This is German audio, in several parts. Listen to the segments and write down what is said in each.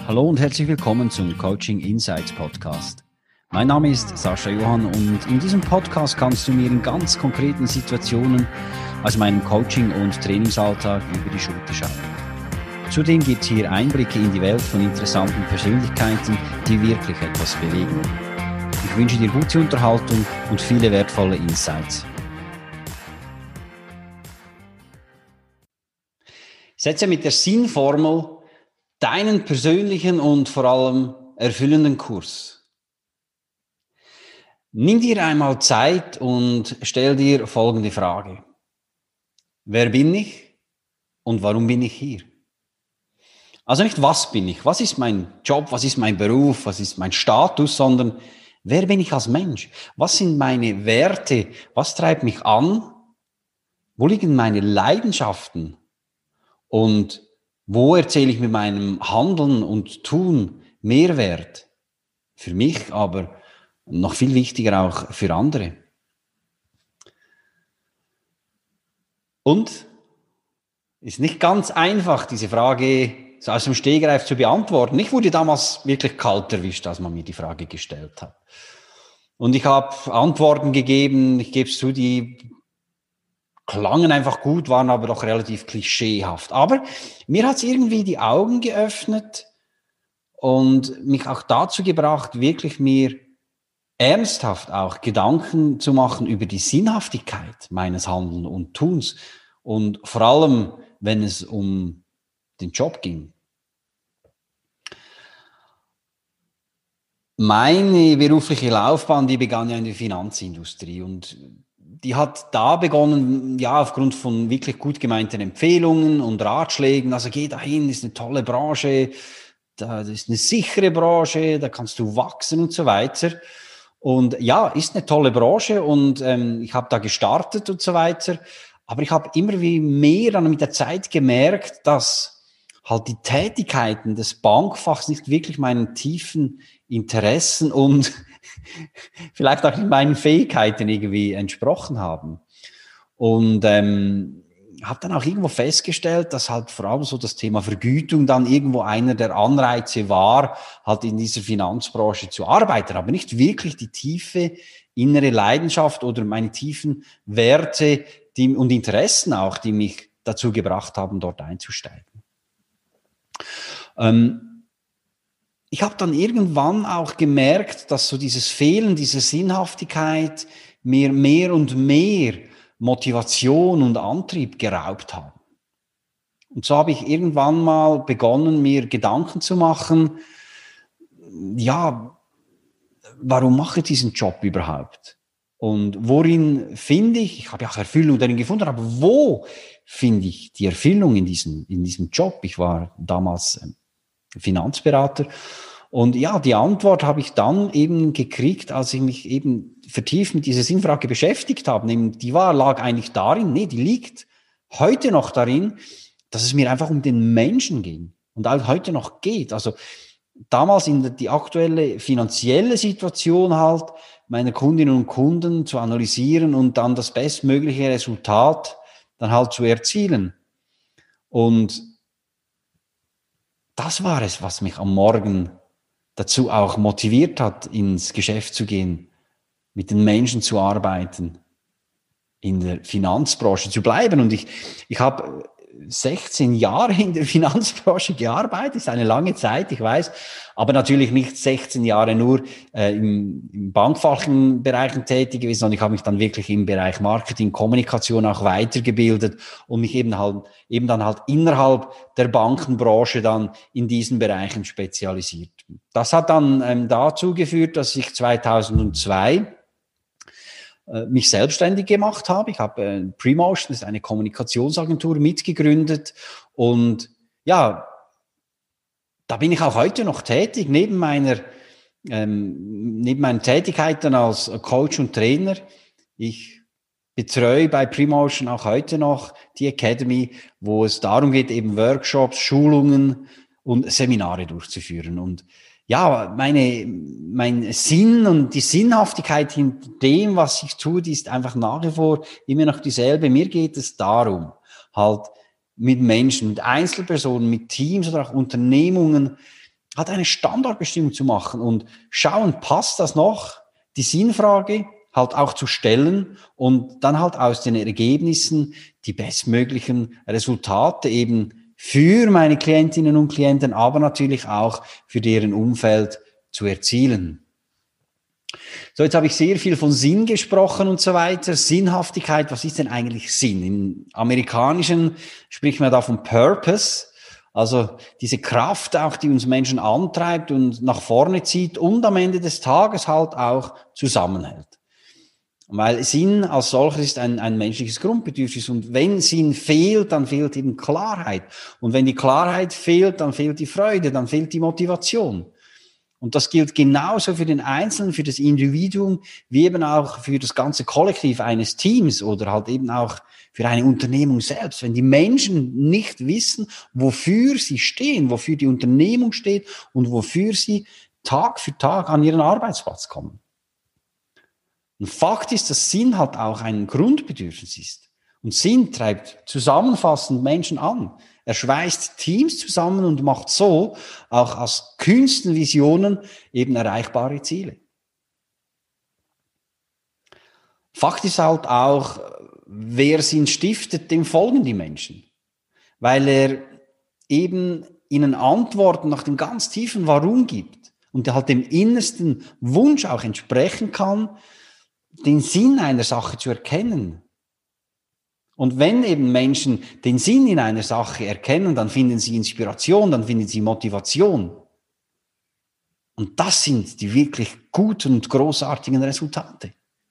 Hallo und herzlich willkommen zum Coaching Insights Podcast. Mein Name ist Sascha Johann und in diesem Podcast kannst du mir in ganz konkreten Situationen aus meinem Coaching- und Trainingsalltag über die Schulter schauen. Zudem gibt es hier Einblicke in die Welt von interessanten Persönlichkeiten, die wirklich etwas bewegen. Ich wünsche dir gute Unterhaltung und viele wertvolle Insights. Setze mit der Sinnformel deinen persönlichen und vor allem erfüllenden Kurs. Nimm dir einmal Zeit und stell dir folgende Frage. Wer bin ich und warum bin ich hier? Also nicht, was bin ich, was ist mein Job, was ist mein Beruf, was ist mein Status, sondern wer bin ich als Mensch? Was sind meine Werte? Was treibt mich an? Wo liegen meine Leidenschaften? Und wo erzähle ich mit meinem Handeln und Tun Mehrwert? Für mich, aber noch viel wichtiger auch für andere. Und ist nicht ganz einfach, diese Frage so aus dem Stegreif zu beantworten. Ich wurde damals wirklich kalt erwischt, als man mir die Frage gestellt hat. Und ich habe Antworten gegeben, ich gebe es zu, die klangen einfach gut, waren aber doch relativ klischeehaft. Aber mir hat es irgendwie die Augen geöffnet und mich auch dazu gebracht, wirklich mir ernsthaft auch Gedanken zu machen über die Sinnhaftigkeit meines Handelns und Tuns. Und vor allem, wenn es um den Job ging. Meine berufliche Laufbahn, die begann ja in der Finanzindustrie und die hat da begonnen, ja, aufgrund von wirklich gut gemeinten Empfehlungen und Ratschlägen. Also geh dahin, ist eine tolle Branche, das ist eine sichere Branche, da kannst du wachsen und so weiter. Und ja, ist eine tolle Branche und ich habe da gestartet und so weiter. Aber ich habe immer wie mehr dann mit der Zeit gemerkt, dass halt die Tätigkeiten des Bankfachs nicht wirklich meinen tiefen Interessen und vielleicht auch nicht meinen Fähigkeiten irgendwie entsprochen haben. Und habe dann auch irgendwo festgestellt, dass halt vor allem so das Thema Vergütung dann irgendwo einer der Anreize war, halt in dieser Finanzbranche zu arbeiten, aber nicht wirklich die tiefe innere Leidenschaft oder meine tiefen Werte und Interessen auch, die mich dazu gebracht haben, dort einzusteigen. Ich habe dann irgendwann auch gemerkt, dass so dieses Fehlen, diese Sinnhaftigkeit mir mehr und mehr Motivation und Antrieb geraubt haben. Und so habe ich irgendwann mal begonnen, mir Gedanken zu machen, ja, warum mache ich diesen Job überhaupt? Und worin finde ich habe ja auch Erfüllung darin gefunden, aber wo finde ich die Erfüllung in diesem Job? Ich war damals Finanzberater. Und ja, die Antwort habe ich dann eben gekriegt, als ich mich eben vertieft mit dieser Sinnfrage beschäftigt habe. Lag eigentlich darin, die liegt heute noch darin, dass es mir einfach um den Menschen ging und auch heute noch geht. Also damals die aktuelle finanzielle Situation halt meiner Kundinnen und Kunden zu analysieren und dann das bestmögliche Resultat dann halt zu erzielen. Und das war es, was mich am Morgen dazu auch motiviert hat, ins Geschäft zu gehen, mit den Menschen zu arbeiten, in der Finanzbranche zu bleiben. Und ich habe 16 Jahre in der Finanzbranche gearbeitet, ist eine lange Zeit, ich weiß, aber natürlich nicht 16 Jahre nur im bankfachlichen Bereichen tätig gewesen, sondern ich habe mich dann wirklich im Bereich Marketing, Kommunikation auch weitergebildet und mich eben dann halt innerhalb der Bankenbranche dann in diesen Bereichen spezialisiert. Das hat dann dazu geführt, dass ich 2002 mich selbstständig gemacht habe. Ich habe Premotion, das ist eine Kommunikationsagentur, mitgegründet und ja, da bin ich auch heute noch tätig, neben meinen Tätigkeiten als Coach und Trainer. Ich betreue bei Premotion auch heute noch die Academy, wo es darum geht, eben Workshops, Schulungen und Seminare durchzuführen. Und ja, mein Sinn und die Sinnhaftigkeit hinter dem, was ich tue, die ist einfach nach wie vor immer noch dieselbe. Mir geht es darum, halt mit Menschen, mit Einzelpersonen, mit Teams oder auch Unternehmungen halt eine Standortbestimmung zu machen und schauen, passt das noch, die Sinnfrage halt auch zu stellen und dann halt aus den Ergebnissen die bestmöglichen Resultate eben für meine Klientinnen und Klienten, aber natürlich auch für deren Umfeld zu erzielen. So, jetzt habe ich sehr viel von Sinn gesprochen und so weiter. Sinnhaftigkeit, was ist denn eigentlich Sinn? Im Amerikanischen spricht man da von Purpose, also diese Kraft auch, die uns Menschen antreibt und nach vorne zieht und am Ende des Tages halt auch zusammenhält. Weil Sinn als solches ist ein menschliches Grundbedürfnis. Und wenn Sinn fehlt, dann fehlt eben Klarheit. Und wenn die Klarheit fehlt, dann fehlt die Freude, dann fehlt die Motivation. Und das gilt genauso für den Einzelnen, für das Individuum, wie eben auch für das ganze Kollektiv eines Teams oder halt eben auch für eine Unternehmung selbst. Wenn die Menschen nicht wissen, wofür sie stehen, wofür die Unternehmung steht und wofür sie Tag für Tag an ihren Arbeitsplatz kommen. Und Fakt ist, dass Sinn halt auch ein Grundbedürfnis ist. Und Sinn treibt zusammenfassend Menschen an. Er schweißt Teams zusammen und macht so auch aus kühnsten Visionen eben erreichbare Ziele. Fakt ist halt auch, wer Sinn stiftet, dem folgen die Menschen. Weil er eben ihnen Antworten nach dem ganz tiefen Warum gibt und der halt dem innersten Wunsch auch entsprechen kann, den Sinn einer Sache zu erkennen. Und wenn eben Menschen den Sinn in einer Sache erkennen, dann finden sie Inspiration, dann finden sie Motivation. Und das sind die wirklich guten und großartigen Resultate.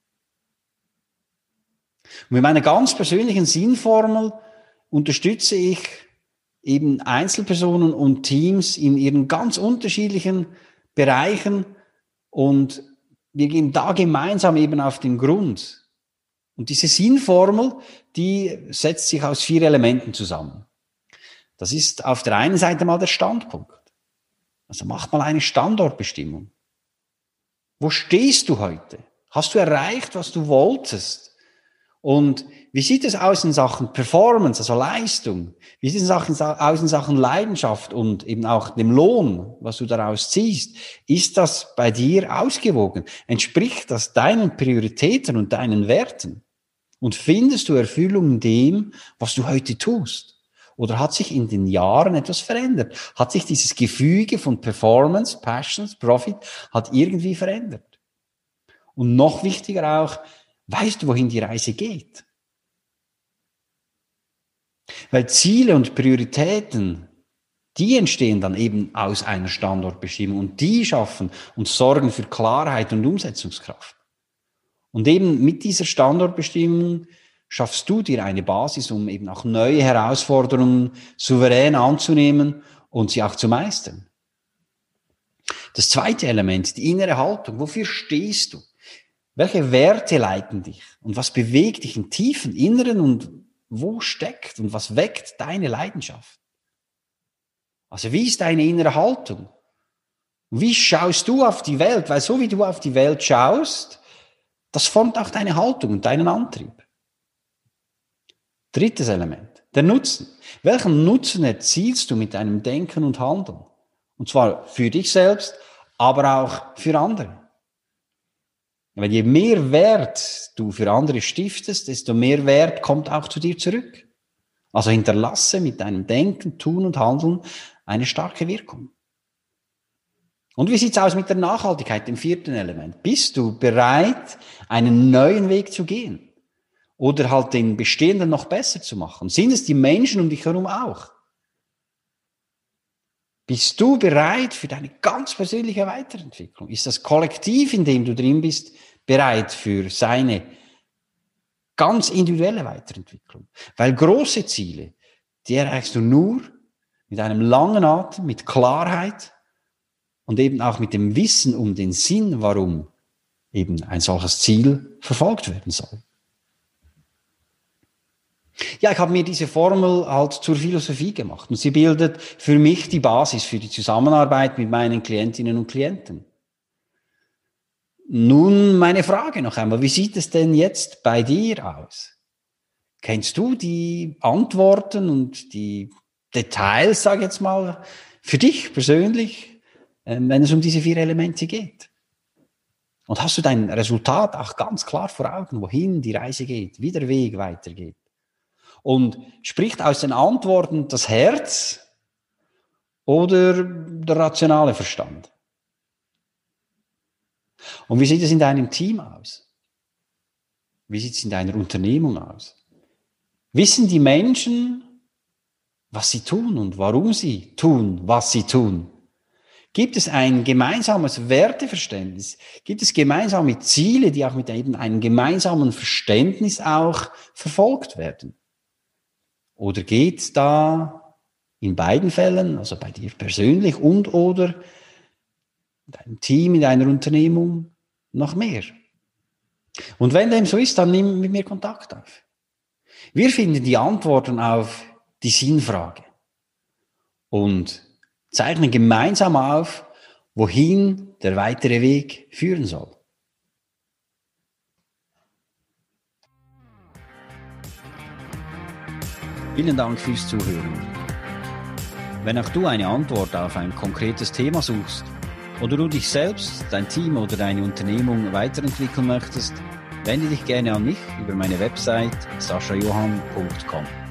Und mit meiner ganz persönlichen Sinnformel unterstütze ich eben Einzelpersonen und Teams in ihren ganz unterschiedlichen Bereichen und wir gehen da gemeinsam eben auf den Grund. Und diese Sinnformel, die setzt sich aus 4 Elementen zusammen. Das ist auf der einen Seite mal der Standpunkt. Also mach mal eine Standortbestimmung. Wo stehst du heute? Hast du erreicht, was du wolltest? Und wie sieht es aus in Sachen Performance, also Leistung? Wie sieht es aus in Sachen Leidenschaft und eben auch dem Lohn, was du daraus ziehst? Ist das bei dir ausgewogen? Entspricht das deinen Prioritäten und deinen Werten? Und findest du Erfüllung in dem, was du heute tust? Oder hat sich in den Jahren etwas verändert? Hat sich dieses Gefüge von Performance, Passions, Profit, hat irgendwie verändert? Und noch wichtiger auch, weißt du, wohin die Reise geht? Weil Ziele und Prioritäten, die entstehen dann eben aus einer Standortbestimmung und die schaffen und sorgen für Klarheit und Umsetzungskraft. Und eben mit dieser Standortbestimmung schaffst du dir eine Basis, um eben auch neue Herausforderungen souverän anzunehmen und sie auch zu meistern. Das zweite Element, die innere Haltung. Wofür stehst du? Welche Werte leiten dich? Und was bewegt dich im tiefen Inneren und wo steckt und was weckt deine Leidenschaft? Also wie ist deine innere Haltung? Wie schaust du auf die Welt? Weil so wie du auf die Welt schaust, das formt auch deine Haltung und deinen Antrieb. Drittes Element, der Nutzen. Welchen Nutzen erzielst du mit deinem Denken und Handeln? Und zwar für dich selbst, aber auch für andere. Weil je mehr Wert du für andere stiftest, desto mehr Wert kommt auch zu dir zurück. Also hinterlasse mit deinem Denken, Tun und Handeln eine starke Wirkung. Und wie sieht's aus mit der Nachhaltigkeit, dem 4. Element? Bist du bereit, einen neuen Weg zu gehen? Oder halt den bestehenden noch besser zu machen? Sind es die Menschen um dich herum auch? Bist du bereit für deine ganz persönliche Weiterentwicklung? Ist das Kollektiv, in dem du drin bist, bereit für seine ganz individuelle Weiterentwicklung? Weil große Ziele, die erreichst du nur mit einem langen Atem, mit Klarheit und eben auch mit dem Wissen um den Sinn, warum eben ein solches Ziel verfolgt werden soll. Ja, ich habe mir diese Formel halt zur Philosophie gemacht und sie bildet für mich die Basis für die Zusammenarbeit mit meinen Klientinnen und Klienten. Nun meine Frage noch einmal, wie sieht es denn jetzt bei dir aus? Kennst du die Antworten und die Details, sage ich jetzt mal, für dich persönlich wenn es um diese 4 Elemente geht? Und hast du dein Resultat auch ganz klar vor Augen, wohin die Reise geht, wie der Weg weitergeht? Und spricht aus den Antworten das Herz oder der rationale Verstand? Und wie sieht es in deinem Team aus? Wie sieht es in deiner Unternehmung aus? Wissen die Menschen, was sie tun und warum sie tun, was sie tun? Gibt es ein gemeinsames Werteverständnis? Gibt es gemeinsame Ziele, die auch mit eben einem gemeinsamen Verständnis auch verfolgt werden? Oder geht da in beiden Fällen, also bei dir persönlich und oder in deinem Team, in deiner Unternehmung, noch mehr? Und wenn dem so ist, dann nimm mit mir Kontakt auf. Wir finden die Antworten auf die Sinnfrage und zeichnen gemeinsam auf, wohin der weitere Weg führen soll. Vielen Dank fürs Zuhören. Wenn auch du eine Antwort auf ein konkretes Thema suchst oder du dich selbst, dein Team oder deine Unternehmung weiterentwickeln möchtest, wende dich gerne an mich über meine Website saschajohann.com.